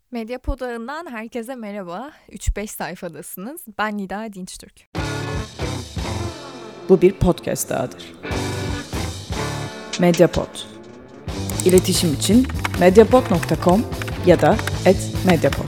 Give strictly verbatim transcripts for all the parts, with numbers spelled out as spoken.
Medyapod ağından herkese merhaba. üç beş sayfadasınız. Ben Nida Dinçtürk. Bu bir podcast dahadır. Medyapod. İletişim için medyapod nokta com ya da et medyapod.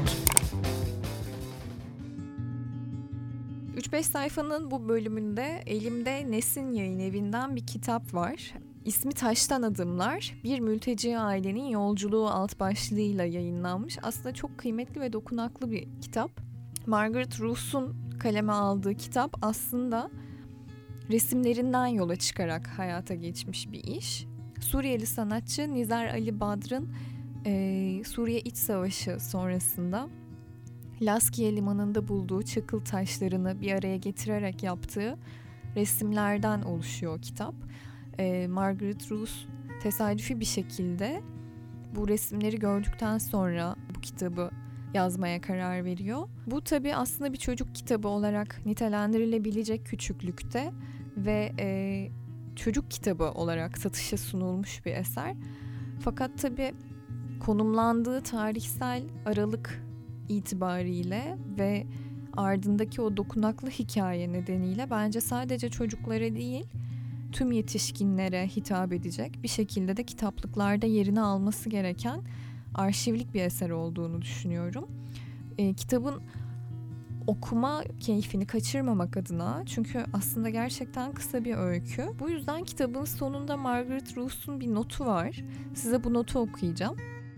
üç beş sayfanın bu bölümünde elimde Nesin Yayın Evi'nden bir kitap var. İsmi Taştan Adımlar, bir mülteci ailenin yolculuğu alt başlığıyla yayınlanmış. Aslında çok kıymetli ve dokunaklı bir kitap. Margaret Roos'un kaleme aldığı kitap aslında resimlerinden yola çıkarak hayata geçmiş bir iş. Suriyeli sanatçı Nizar Ali Badr'ın e, Suriye İç Savaşı sonrasında Laskiye Limanı'nda bulduğu çakıl taşlarını bir araya getirerek yaptığı resimlerden oluşuyor kitap. E, Margaret Roos tesadüfi bir şekilde bu resimleri gördükten sonra bu kitabı yazmaya karar veriyor. Bu tabii aslında bir çocuk kitabı olarak nitelendirilebilecek küçüklükte ve e, çocuk kitabı olarak satışa sunulmuş bir eser. Fakat tabii konumlandığı tarihsel aralık itibariyle ve ardındaki o dokunaklı hikaye nedeniyle bence sadece çocuklara değil, tüm yetişkinlere hitap edecek bir şekilde de kitaplıklarda yerini alması gereken arşivlik bir eser olduğunu düşünüyorum. E, kitabın okuma keyfini kaçırmamak adına, çünkü aslında gerçekten kısa bir öykü. Bu yüzden kitabın sonunda Margaret Roos'un bir notu var. Size bu notu okuyacağım.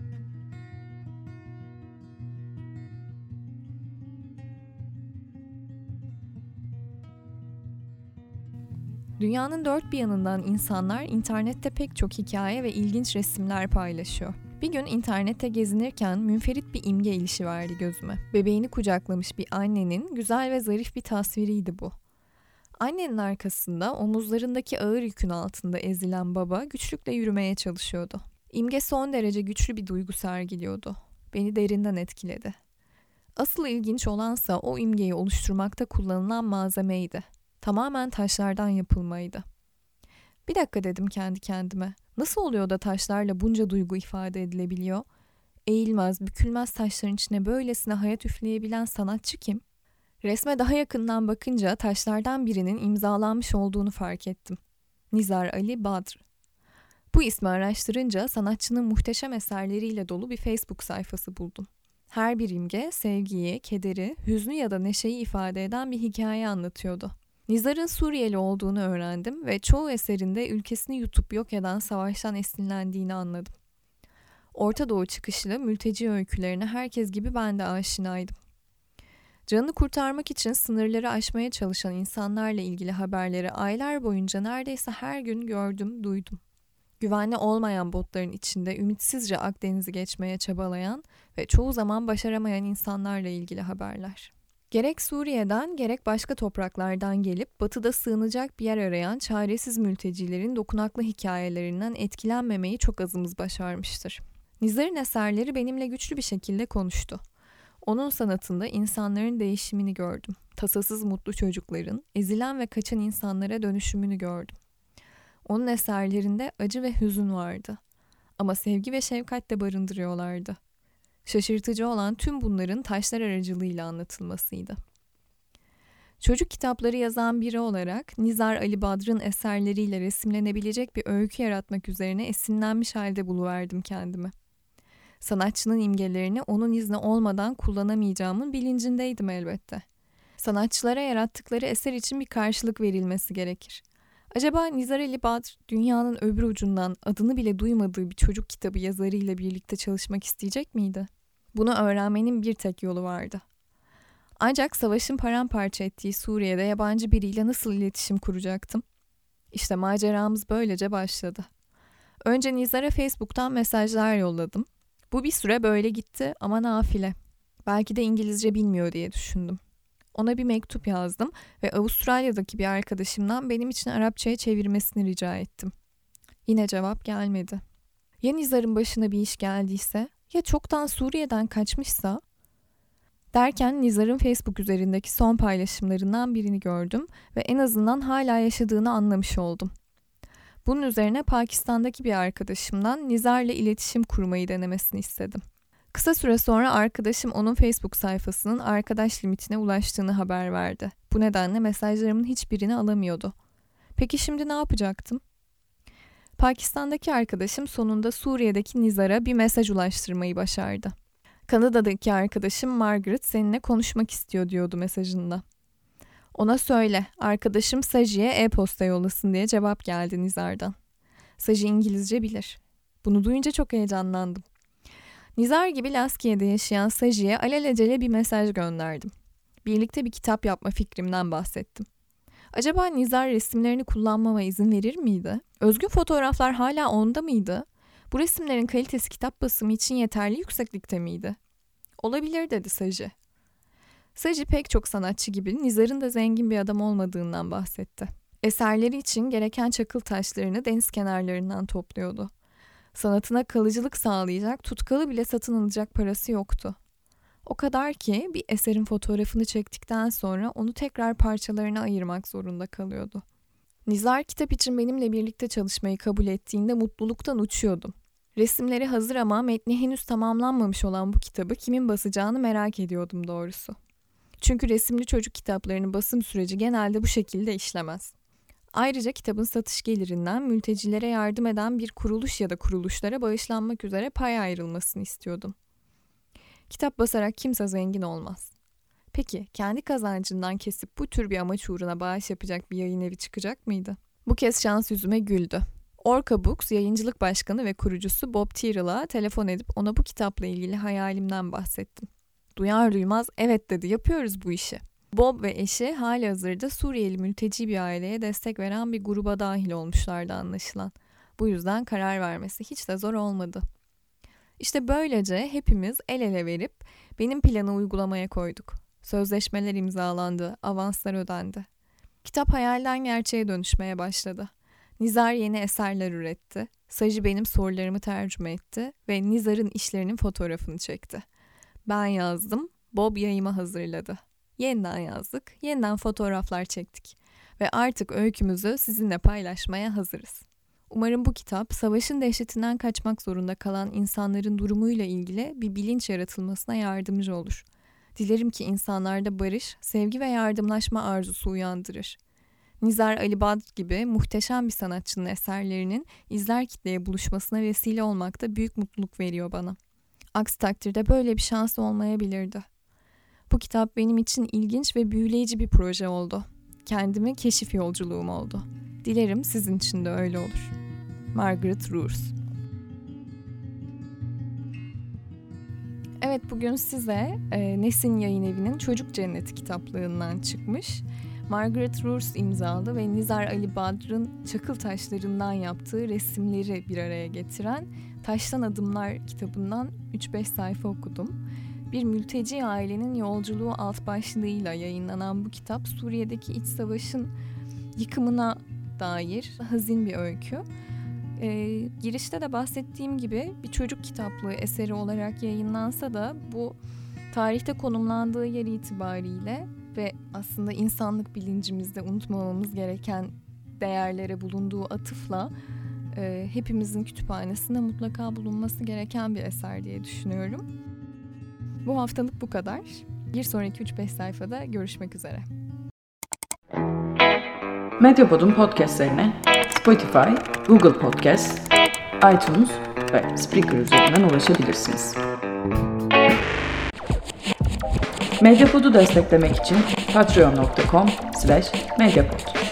Dünyanın dört bir yanından insanlar internette pek çok hikaye ve ilginç resimler paylaşıyor. Bir gün internette gezinirken münferit bir imge ilişiverdi gözüme. Bebeğini kucaklamış bir annenin güzel ve zarif bir tasviriydi bu. Annenin arkasında omuzlarındaki ağır yükün altında ezilen baba güçlükle yürümeye çalışıyordu. İmge son derece güçlü bir duygu sergiliyordu. Beni derinden etkiledi. Asıl ilginç olansa o imgeyi oluşturmakta kullanılan malzemeydi. Tamamen taşlardan yapılmaydı. Bir dakika dedim kendi kendime. Nasıl oluyor da taşlarla bunca duygu ifade edilebiliyor? Eğilmez, bükülmez taşların içine böylesine hayat üfleyebilen sanatçı kim? Resme daha yakından bakınca taşlardan birinin imzalanmış olduğunu fark ettim. Nizar Ali Badr. Bu ismi araştırınca sanatçının muhteşem eserleriyle dolu bir Facebook sayfası buldum. Her bir imge sevgiyi, kederi, hüznü ya da neşeyi ifade eden bir hikaye anlatıyordu. Nizar'ın Suriyeli olduğunu öğrendim ve çoğu eserinde ülkesini yutup yok eden savaştan esinlendiğini anladım. Orta Doğu çıkışlı mülteci öykülerine herkes gibi ben de aşinaydım. Canını kurtarmak için sınırları aşmaya çalışan insanlarla ilgili haberleri aylar boyunca neredeyse her gün gördüm, duydum. Güvenli olmayan botların içinde ümitsizce Akdeniz'i geçmeye çabalayan ve çoğu zaman başaramayan insanlarla ilgili haberler. Gerek Suriye'den gerek başka topraklardan gelip batıda sığınacak bir yer arayan çaresiz mültecilerin dokunaklı hikayelerinden etkilenmemeyi çok azımız başarmıştır. Nizar'ın eserleri benimle güçlü bir şekilde konuştu. Onun sanatında insanların değişimini gördüm. Tasasız mutlu çocukların, ezilen ve kaçan insanlara dönüşümünü gördüm. Onun eserlerinde acı ve hüzün vardı. Ama sevgi ve şefkat de barındırıyorlardı. Şaşırtıcı olan tüm bunların taşlar aracılığıyla anlatılmasıydı. Çocuk kitapları yazan biri olarak Nizar Ali Badr'ın eserleriyle resimlenebilecek bir öykü yaratmak üzerine esinlenmiş halde buluverdim kendimi. Sanatçının imgelerini onun izni olmadan kullanamayacağımın bilincindeydim elbette. Sanatçılara yarattıkları eser için bir karşılık verilmesi gerekir. Acaba Nizar Ali Badr dünyanın öbür ucundan adını bile duymadığı bir çocuk kitabı yazarıyla birlikte çalışmak isteyecek miydi? Bunu öğrenmenin bir tek yolu vardı. Ancak savaşın paramparça ettiği Suriye'de yabancı biriyle nasıl iletişim kuracaktım? İşte maceramız böylece başladı. Önce Nizar'a Facebook'tan mesajlar yolladım. Bu bir süre böyle gitti ama nafile. Belki de İngilizce bilmiyor diye düşündüm. Ona bir mektup yazdım ve Avustralya'daki bir arkadaşımdan benim için Arapçaya çevirmesini rica ettim. Yine cevap gelmedi. Ya Nizar'ın başına bir iş geldiyse, ya çoktan Suriye'den kaçmışsa? Derken Nizar'ın Facebook üzerindeki son paylaşımlarından birini gördüm ve en azından hala yaşadığını anlamış oldum. Bunun üzerine Pakistan'daki bir arkadaşımdan Nizar'la iletişim kurmayı denemesini istedim. Kısa süre sonra arkadaşım onun Facebook sayfasının arkadaş limitine ulaştığını haber verdi. Bu nedenle mesajlarımın hiçbirini alamıyordu. Peki şimdi ne yapacaktım? Pakistan'daki arkadaşım sonunda Suriye'deki Nizar'a bir mesaj ulaştırmayı başardı. Kanada'daki arkadaşım Margaret seninle konuşmak istiyor diyordu mesajında. Ona söyle, arkadaşım Saji'ye e-posta yollasın diye cevap geldi Nizar'dan. Saji İngilizce bilir. Bunu duyunca çok heyecanlandım. Nizar gibi Laskiye'de yaşayan Saji'ye alelacele bir mesaj gönderdim. Birlikte bir kitap yapma fikrimden bahsettim. Acaba Nizar resimlerini kullanmama izin verir miydi? Özgün fotoğraflar hala onda mıydı? Bu resimlerin kalitesi kitap basımı için yeterli yükseklikte miydi? Olabilir dedi Saji. Saji pek çok sanatçı gibi Nizar'ın da zengin bir adam olmadığından bahsetti. Eserleri için gereken çakıl taşlarını deniz kenarlarından topluyordu. Sanatına kalıcılık sağlayacak, tutkalı bile satın alacak parası yoktu. O kadar ki bir eserin fotoğrafını çektikten sonra onu tekrar parçalarına ayırmak zorunda kalıyordu. Nizar kitap için benimle birlikte çalışmayı kabul ettiğinde mutluluktan uçuyordum. Resimleri hazır ama metni henüz tamamlanmamış olan bu kitabı kimin basacağını merak ediyordum doğrusu. Çünkü resimli çocuk kitaplarının basım süreci genelde bu şekilde işlemez. Ayrıca kitabın satış gelirinden mültecilere yardım eden bir kuruluş ya da kuruluşlara bağışlanmak üzere pay ayrılmasını istiyordum. Kitap basarak kimse zengin olmaz. Peki kendi kazancından kesip bu tür bir amaç uğruna bağış yapacak bir yayın evi çıkacak mıydı? Bu kez şans yüzüme güldü. Orca Books yayıncılık başkanı ve kurucusu Bob Tyrrell'a telefon edip ona bu kitapla ilgili hayalimden bahsettim. Duyar duymaz evet dedi, yapıyoruz bu işi. Bob ve eşi halihazırda Suriyeli mülteci bir aileye destek veren bir gruba dahil olmuşlardı anlaşılan. Bu yüzden karar vermesi hiç de zor olmadı. İşte böylece hepimiz el ele verip benim planı uygulamaya koyduk. Sözleşmeler imzalandı, avanslar ödendi. Kitap hayalden gerçeğe dönüşmeye başladı. Nizar yeni eserler üretti. Saji benim sorularımı tercüme etti ve Nizar'ın işlerinin fotoğrafını çekti. Ben yazdım, Bob yayımı hazırladı. Yeniden yazdık, yeniden fotoğraflar çektik ve artık öykümüzü sizinle paylaşmaya hazırız. Umarım bu kitap savaşın dehşetinden kaçmak zorunda kalan insanların durumuyla ilgili bir bilinç yaratılmasına yardımcı olur. Dilerim ki insanlarda barış, sevgi ve yardımlaşma arzusu uyandırır. Nizar Ali Badr gibi muhteşem bir sanatçının eserlerinin izler kitleye buluşmasına vesile olmak da büyük mutluluk veriyor bana. Aksi takdirde böyle bir şans olmayabilirdi. Bu kitap benim için ilginç ve büyüleyici bir proje oldu. Kendime keşif yolculuğum oldu. Dilerim sizin için de öyle olur. Margaret Roers. Evet, bugün size e, Nesin Yayın Evi'nin Çocuk Cenneti kitaplığından çıkmış Margaret Roers imzalı ve Nizar Ali Badr'ın çakıl taşlarından yaptığı resimleri bir araya getiren Taştan Adımlar kitabından üç beş sayfa okudum. Bir mülteci ailenin yolculuğu alt başlığıyla yayınlanan bu kitap Suriye'deki iç savaşın yıkımına dair hazin bir öykü. Ee, girişte de bahsettiğim gibi bir çocuk kitaplığı eseri olarak yayınlansa da bu tarihte konumlandığı yer itibariyle ve aslında insanlık bilincimizde unutmamamız gereken değerlere bulunduğu atıfla e, hepimizin kütüphanesinde mutlaka bulunması gereken bir eser diye düşünüyorum. Bu haftalık bu kadar. Bir sonraki üç beş sayfada görüşmek üzere. Medyapod'un podcastlerine Spotify, Google Podcast, iTunes ve Spreaker üzerinden ulaşabilirsiniz. Medyapod'u desteklemek için patreon nokta com slash medyapod.